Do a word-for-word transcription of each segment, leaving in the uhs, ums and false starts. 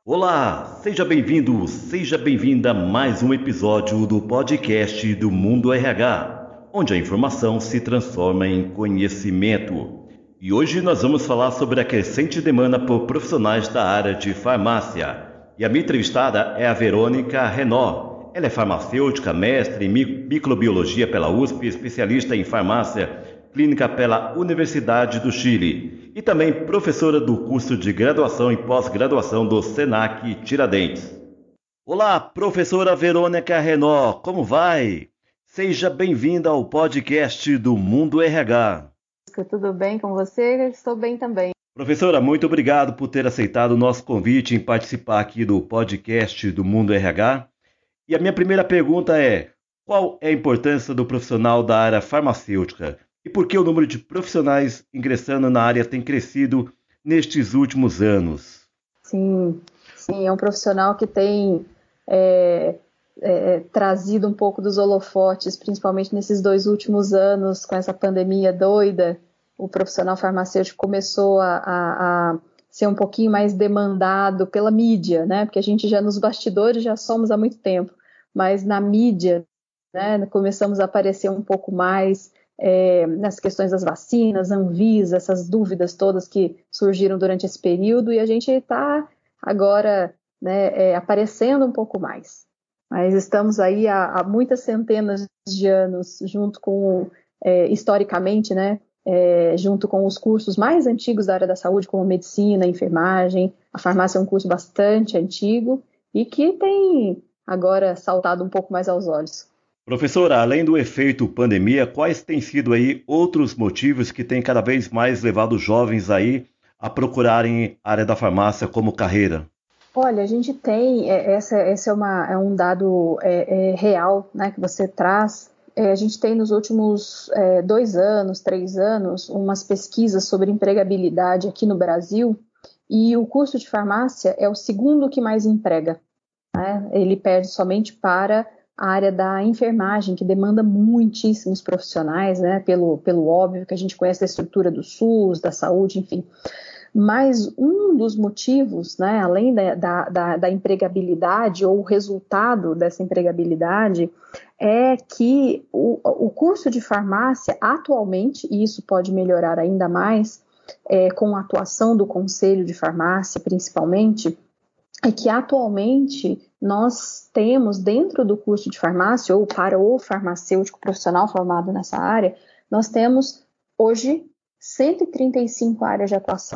Olá, seja bem-vindo, seja bem-vinda a mais um episódio do podcast do Mundo R H, onde a informação se transforma em conhecimento. E hoje nós vamos falar sobre a crescente demanda por profissionais da área de farmácia. E a minha entrevistada é a Verônica Renó. Ela é farmacêutica, mestre em microbiologia pela U S P, especialista em farmácia clínica pela Universidade do Chile e também professora do curso de graduação e pós-graduação do Senac Tiradentes. Olá, professora Verônica Renó, como vai? Seja bem-vinda ao podcast do Mundo R H. Tudo bem com você? Estou bem também. Professora, muito obrigado por ter aceitado o nosso convite em participar aqui do podcast do Mundo R H. E a minha primeira pergunta é: qual é a importância do profissional da área farmacêutica? E por que o número de profissionais ingressando na área tem crescido nestes últimos anos? Sim, sim, é um profissional que tem é, é, trazido um pouco dos holofotes, principalmente nesses dois últimos anos, com essa pandemia doida. O profissional farmacêutico começou a, a, a ser um pouquinho mais demandado pela mídia, né? Porque a gente já nos bastidores já somos há muito tempo, mas na mídia, né, começamos a aparecer um pouco mais. É, nas questões das vacinas, Anvisa, essas dúvidas todas que surgiram durante esse período, e a gente está agora, né, é, aparecendo um pouco mais. Mas estamos aí há, há muitas centenas de anos, junto com, é, historicamente, né, é, junto com os cursos mais antigos da área da saúde, como medicina, enfermagem. A farmácia é um curso bastante antigo e que tem agora saltado um pouco mais aos olhos. Professora, além do efeito pandemia, quais têm sido aí outros motivos que têm cada vez mais levado os jovens aí a procurarem a área da farmácia como carreira? Olha, a gente tem, é, essa, esse é, uma, é um dado é, é, real, né, que você traz. É, a gente tem nos últimos é, dois anos, três anos, umas pesquisas sobre empregabilidade aqui no Brasil, e o curso de farmácia é o segundo que mais emprega, né? Ele perde somente para a área da enfermagem, que demanda muitíssimos profissionais, né, pelo, pelo óbvio que a gente conhece a estrutura do SUS, da saúde, enfim. Mas um dos motivos, né, além da, da, da, da empregabilidade, ou o resultado dessa empregabilidade, é que o, o curso de farmácia, atualmente, e isso pode melhorar ainda mais, é, com a atuação do Conselho de Farmácia, principalmente, é que atualmente nós temos dentro do curso de farmácia, ou para o farmacêutico profissional formado nessa área, nós temos hoje cento e trinta e cinco áreas de atuação.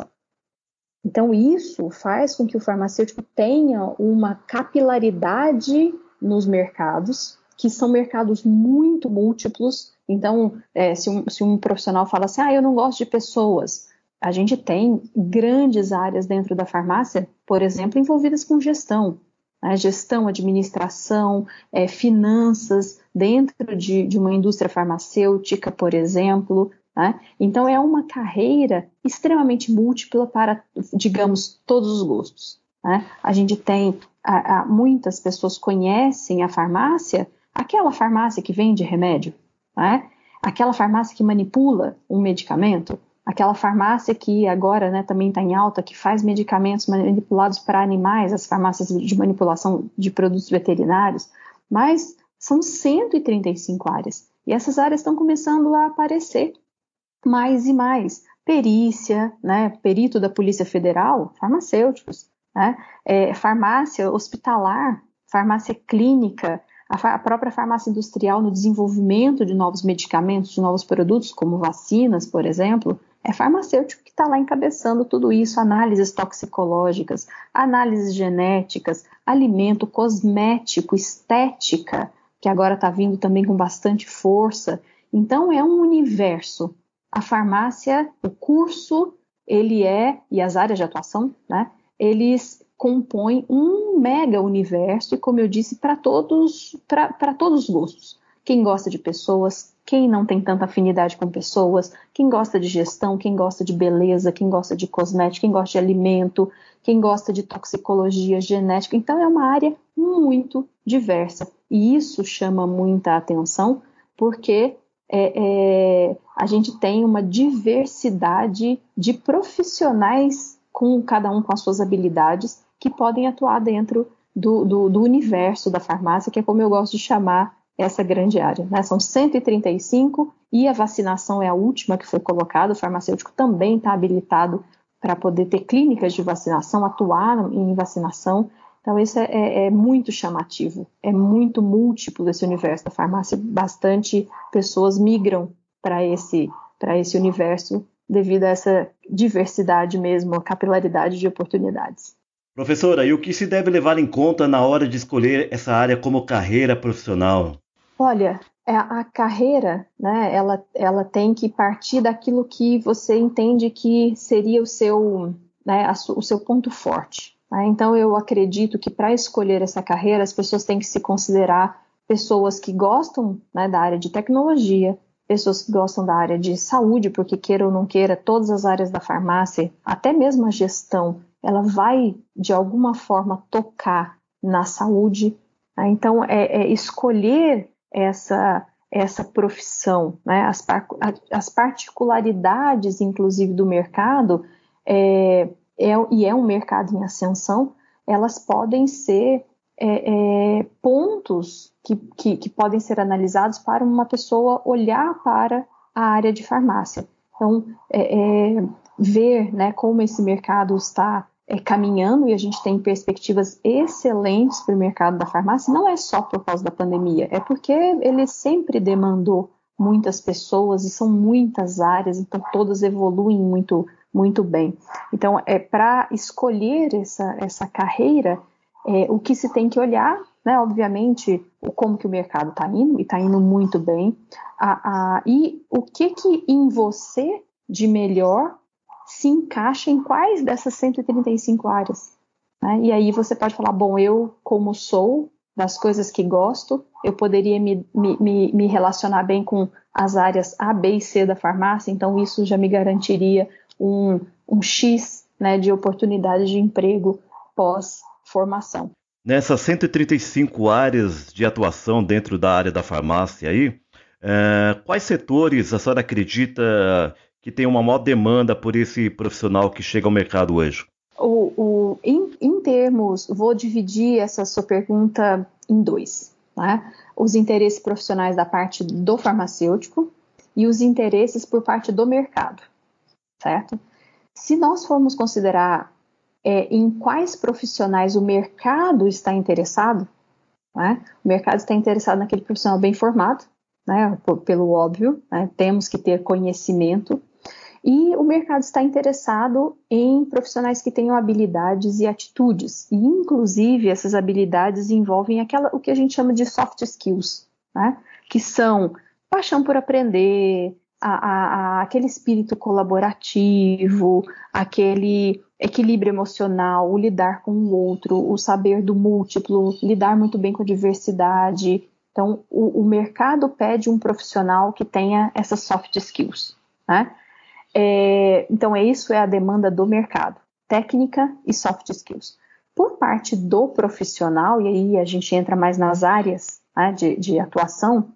Então isso faz com que o farmacêutico tenha uma capilaridade nos mercados, que são mercados muito múltiplos. Então, é, se, um, se um profissional fala assim, ah, eu não gosto de pessoas, a gente tem grandes áreas dentro da farmácia, por exemplo, envolvidas com gestão, né? Gestão, administração, é, finanças, dentro de, de uma indústria farmacêutica, por exemplo, né? Então é uma carreira extremamente múltipla para, digamos, todos os gostos, né? A gente tem, a, a, muitas pessoas conhecem a farmácia, aquela farmácia que vende remédio, né? Aquela farmácia que manipula um medicamento, aquela farmácia que agora, né, também está em alta, que faz medicamentos manipulados para animais, as farmácias de manipulação de produtos veterinários, mas são cento e trinta e cinco áreas, e essas áreas estão começando a aparecer mais e mais. Perícia, né, perito da Polícia Federal, farmacêuticos, né, é, farmácia hospitalar, farmácia clínica, a, a própria farmácia industrial no desenvolvimento de novos medicamentos, de novos produtos, como vacinas, por exemplo, é farmacêutico que está lá encabeçando tudo isso, análises toxicológicas, análises genéticas, alimento, cosmético, estética, que agora está vindo também com bastante força. Então é um universo. A farmácia, o curso, ele é, e as áreas de atuação, né, eles compõem um mega universo, e como eu disse, para todos, para todos os gostos. Quem gosta de pessoas, quem não tem tanta afinidade com pessoas, quem gosta de gestão, quem gosta de beleza, quem gosta de cosmética, quem gosta de alimento, quem gosta de toxicologia, genética. Então é uma área muito diversa, e isso chama muita atenção, porque É, é, a gente tem uma diversidade de profissionais, com cada um com as suas habilidades, que podem atuar dentro do, do, do universo da farmácia, que é como eu gosto de chamar essa grande área, né? São cento e trinta e cinco e a vacinação é a última que foi colocada. O farmacêutico também está habilitado para poder ter clínicas de vacinação, atuar em vacinação. Então, isso é, é, é muito chamativo, é muito múltiplo esse universo da farmácia. Bastante pessoas migram para esse, para esse universo devido a essa diversidade mesmo, a capilaridade de oportunidades. Professora, e o que se deve levar em conta na hora de escolher essa área como carreira profissional? Olha, a carreira, né, ela, ela tem que partir daquilo que você entende que seria o seu, né, a, o seu ponto forte. Né? Então, eu acredito que para escolher essa carreira, as pessoas têm que se considerar pessoas que gostam, né, da área de tecnologia, pessoas que gostam da área de saúde, porque queira ou não queira, todas as áreas da farmácia, até mesmo a gestão, ela vai, de alguma forma, tocar na saúde. Né? Então, é, é escolher essa, essa profissão, né? as, as particularidades, inclusive, do mercado, é, é, e é um mercado em ascensão, elas podem ser é, é, pontos que, que, que podem ser analisados para uma pessoa olhar para a área de farmácia. Então, é, é, ver, né, como esse mercado está É, caminhando, e a gente tem perspectivas excelentes para o mercado da farmácia, não é só por causa da pandemia, é porque ele sempre demandou muitas pessoas e são muitas áreas, então todas evoluem muito, muito bem. Então, é, para escolher essa, essa carreira, é, o que se tem que olhar, né, obviamente, o, como que o mercado está indo, e está indo muito bem, a, a, e o que que em você de melhor se encaixa em quais dessas cento e trinta e cinco áreas. Né? E aí você pode falar, bom, eu como sou, das coisas que gosto, eu poderia me, me, me relacionar bem com as áreas A, B e C da farmácia, então isso já me garantiria um, um X, né, de oportunidades de emprego pós-formação. Nessas cento e trinta e cinco áreas de atuação dentro da área da farmácia aí, é, quais setores a senhora acredita que tem uma maior demanda por esse profissional que chega ao mercado hoje? O, o, em, em termos, vou dividir essa sua pergunta em dois. Né? Os interesses profissionais da parte do farmacêutico e os interesses por parte do mercado, certo? Se nós formos considerar é, em quais profissionais o mercado está interessado, né? O mercado está interessado naquele profissional bem formado, né? Pelo óbvio, né? Temos que ter conhecimento. E o mercado está interessado em profissionais que tenham habilidades e atitudes. E, inclusive, essas habilidades envolvem aquela, o que a gente chama de soft skills, né? Que são paixão por aprender, a, a, a, aquele espírito colaborativo, aquele equilíbrio emocional, o lidar com o outro, o saber do múltiplo, lidar muito bem com a diversidade. Então, o, o mercado pede um profissional que tenha essas soft skills, né? É, então, é isso é a demanda do mercado, técnica e soft skills. Por parte do profissional, e aí a gente entra mais nas áreas, né, de, de atuação,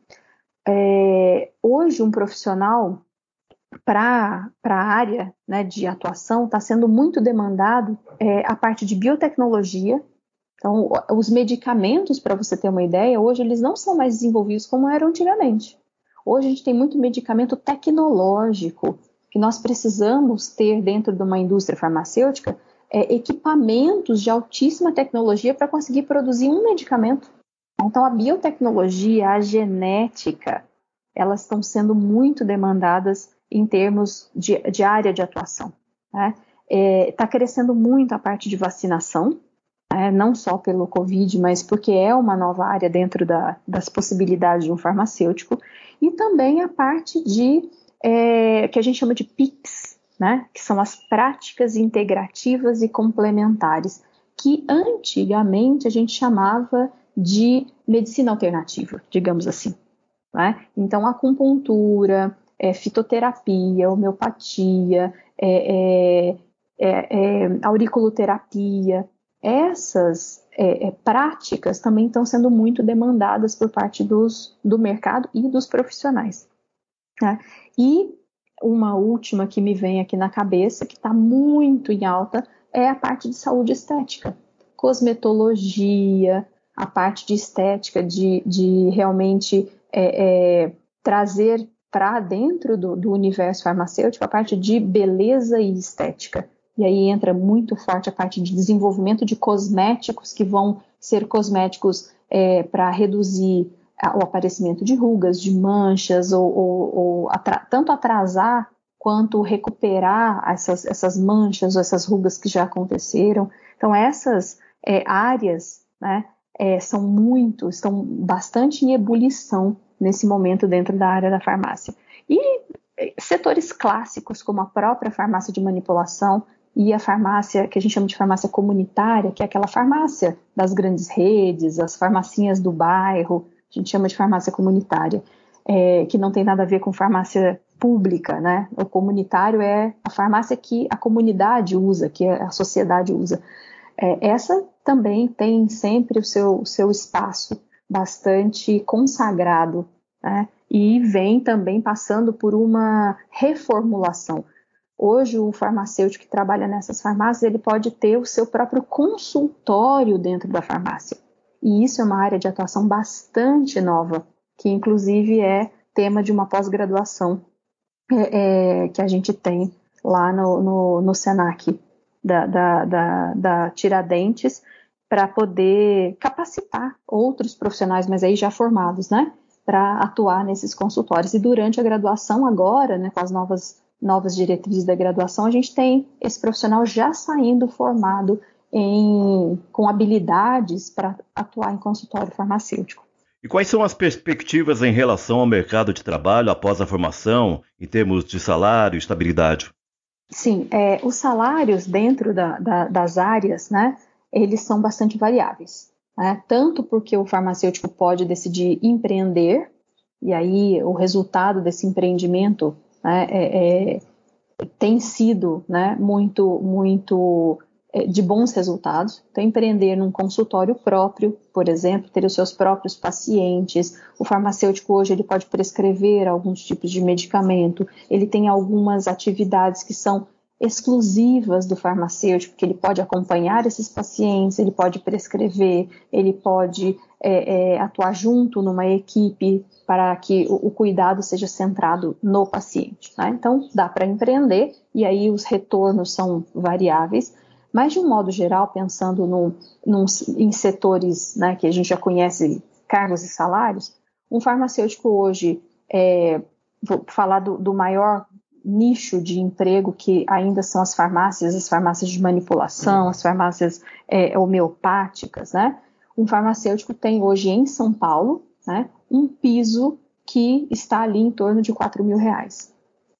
é, hoje um profissional para a área, né, de atuação está sendo muito demandado é, a parte de biotecnologia. Então, os medicamentos, para você ter uma ideia, hoje eles não são mais desenvolvidos como eram antigamente. Hoje a gente tem muito medicamento tecnológico, que nós precisamos ter dentro de uma indústria farmacêutica é, equipamentos de altíssima tecnologia para conseguir produzir um medicamento. Então, a biotecnologia, a genética, elas estão sendo muito demandadas em termos de, de área de atuação. Né? Está é, crescendo muito a parte de vacinação, é, não só pelo Covid, mas porque é uma nova área dentro da, das possibilidades de um farmacêutico, e também a parte de É, que a gente chama de P I Cs, né? Que são as práticas integrativas e complementares, que antigamente a gente chamava de medicina alternativa, digamos assim. Né? Então, acupuntura, é, fitoterapia, homeopatia, é, é, é, é, auriculoterapia, essas é, é, práticas também estão sendo muito demandadas por parte dos, do mercado e dos profissionais. Né? E uma última que me vem aqui na cabeça, que está muito em alta, é a parte de saúde estética. cosmetologia, a parte de estética, de, de realmente é, é, trazer para dentro do, do universo farmacêutico a parte de beleza e estética. E aí entra muito forte a parte de desenvolvimento de cosméticos que vão ser cosméticos é, para reduzir a, o aparecimento de rugas, de manchas, ou, ou, ou atra- tanto atrasar quanto recuperar essas, essas manchas ou essas rugas que já aconteceram. Então essas é, áreas, né, é, são muito, estão bastante em ebulição nesse momento dentro da área da farmácia. E setores clássicos, como a própria farmácia de manipulação e a farmácia, que a gente chama de farmácia comunitária, que é aquela farmácia das grandes redes, as farmacinhas do bairro, a gente chama de farmácia comunitária, é, que não tem nada a ver com farmácia pública, né? O comunitário é a farmácia que a comunidade usa, que a sociedade usa. É, essa também tem sempre o seu, o seu espaço bastante consagrado, né? E vem também passando por uma reformulação. Hoje o farmacêutico que trabalha nessas farmácias, ele pode ter o seu próprio consultório dentro da farmácia. E isso é uma área de atuação bastante nova, que inclusive é tema de uma pós-graduação é, é, que a gente tem lá no, no, no Senac da, da, da, da Tiradentes, para poder capacitar outros profissionais, mas aí já formados, né, para atuar nesses consultórios. E durante a graduação agora, né, com as novas, novas diretrizes da graduação, a gente tem esse profissional já saindo formado em, com habilidades para atuar em consultório farmacêutico. E quais são as perspectivas em relação ao mercado de trabalho após a formação, em termos de salário e estabilidade? Sim, é, os salários dentro da, da, das áreas, né, eles são bastante variáveis, né? Tanto porque o farmacêutico pode decidir empreender, e aí o resultado desse empreendimento, né, é, é, tem sido, né, muito, muito é, de bons resultados. Então, empreender num consultório próprio, por exemplo, ter os seus próprios pacientes. O farmacêutico hoje ele pode prescrever alguns tipos de medicamento, ele tem algumas atividades que são exclusivas do farmacêutico, que ele pode acompanhar esses pacientes, ele pode prescrever, ele pode é, é, atuar junto numa equipe para que o, o cuidado seja centrado no paciente, né? Então, dá para empreender e aí os retornos são variáveis, mas de um modo geral, pensando no, num, em setores, né, que a gente já conhece, cargos e salários, um farmacêutico hoje, é, vou falar do, do maior nicho de emprego que ainda são as farmácias, as farmácias de manipulação, as farmácias é, homeopáticas, né? Um farmacêutico tem hoje em São Paulo, né, um piso que está ali em torno de quatro mil reais.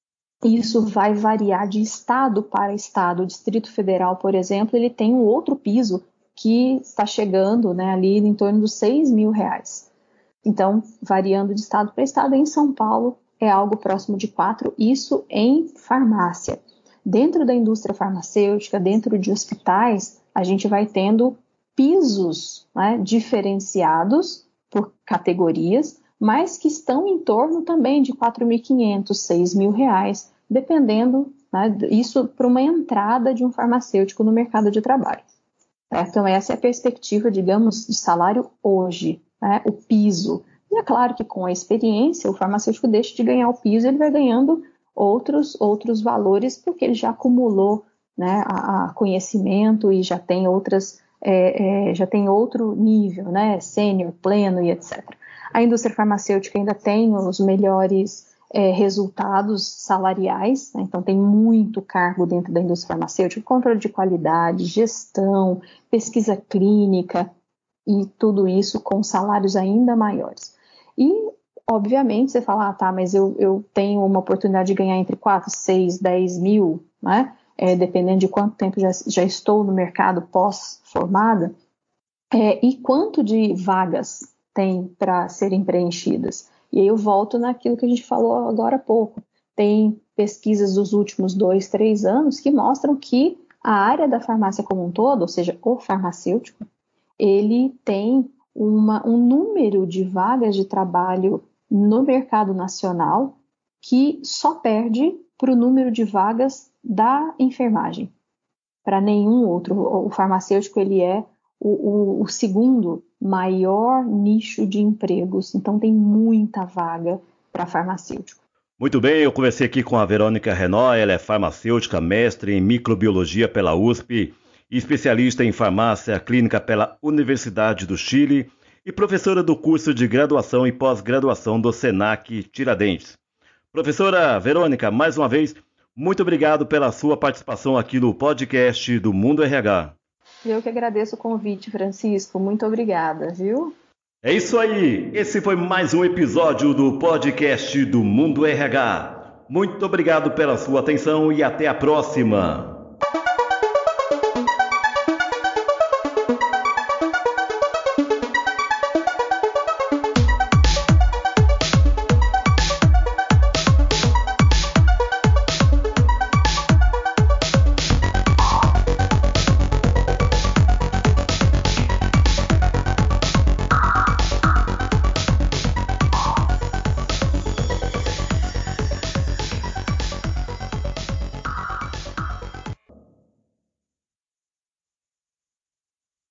Isso vai variar de estado para estado. O Distrito Federal, por exemplo, ele tem um outro piso que está chegando, né, ali em torno dos seis mil reais. Então, variando de estado para estado, em São Paulo é algo próximo de quatro, isso em farmácia. Dentro da indústria farmacêutica, dentro de hospitais, a gente vai tendo pisos, né, diferenciados por categorias, mas que estão em torno também de quatro mil e quinhentos, seis mil reais, dependendo, né, isso para uma entrada de um farmacêutico no mercado de trabalho. Tá? Então, essa é a perspectiva, digamos, de salário hoje, né, o piso. E é claro que com a experiência, o farmacêutico deixa de ganhar o piso, ele vai ganhando outros, outros valores, porque ele já acumulou, né, a, a conhecimento e já tem, outras, é, é, já tem outro nível, né, sênior, pleno e etcétera. A indústria farmacêutica ainda tem os melhores é, resultados salariais, né, então tem muito cargo dentro da indústria farmacêutica, controle de qualidade, gestão, pesquisa clínica e tudo isso com salários ainda maiores. E, obviamente, você fala, ah, tá, mas eu, eu tenho uma oportunidade de ganhar entre quatro, seis, dez mil, né? É, dependendo de quanto tempo já, já estou no mercado pós-formada, é, e quanto de vagas tem para serem preenchidas. E aí eu volto naquilo que a gente falou agora há pouco. Tem pesquisas dos últimos dois, três anos que mostram que a área da farmácia como um todo, ou seja, o farmacêutico, ele tem uma, um número de vagas de trabalho no mercado nacional que só perde para o número de vagas da enfermagem. Para nenhum outro. O farmacêutico ele é o, o, o segundo maior nicho de empregos. Então, tem muita vaga para farmacêutico. Muito bem, eu conversei aqui com a Verônica Renó, ela é farmacêutica, mestre em microbiologia pela U S P, especialista em farmácia clínica pela Universidade do Chile e professora do curso de graduação e pós-graduação do Senac Tiradentes. Professora Verônica, mais uma vez, muito obrigado pela sua participação aqui no podcast do Mundo R H. Eu que agradeço o convite, Francisco. Muito obrigada, viu? É isso aí, esse foi mais um episódio do podcast do Mundo R H. Muito obrigado pela sua atenção e até a próxima!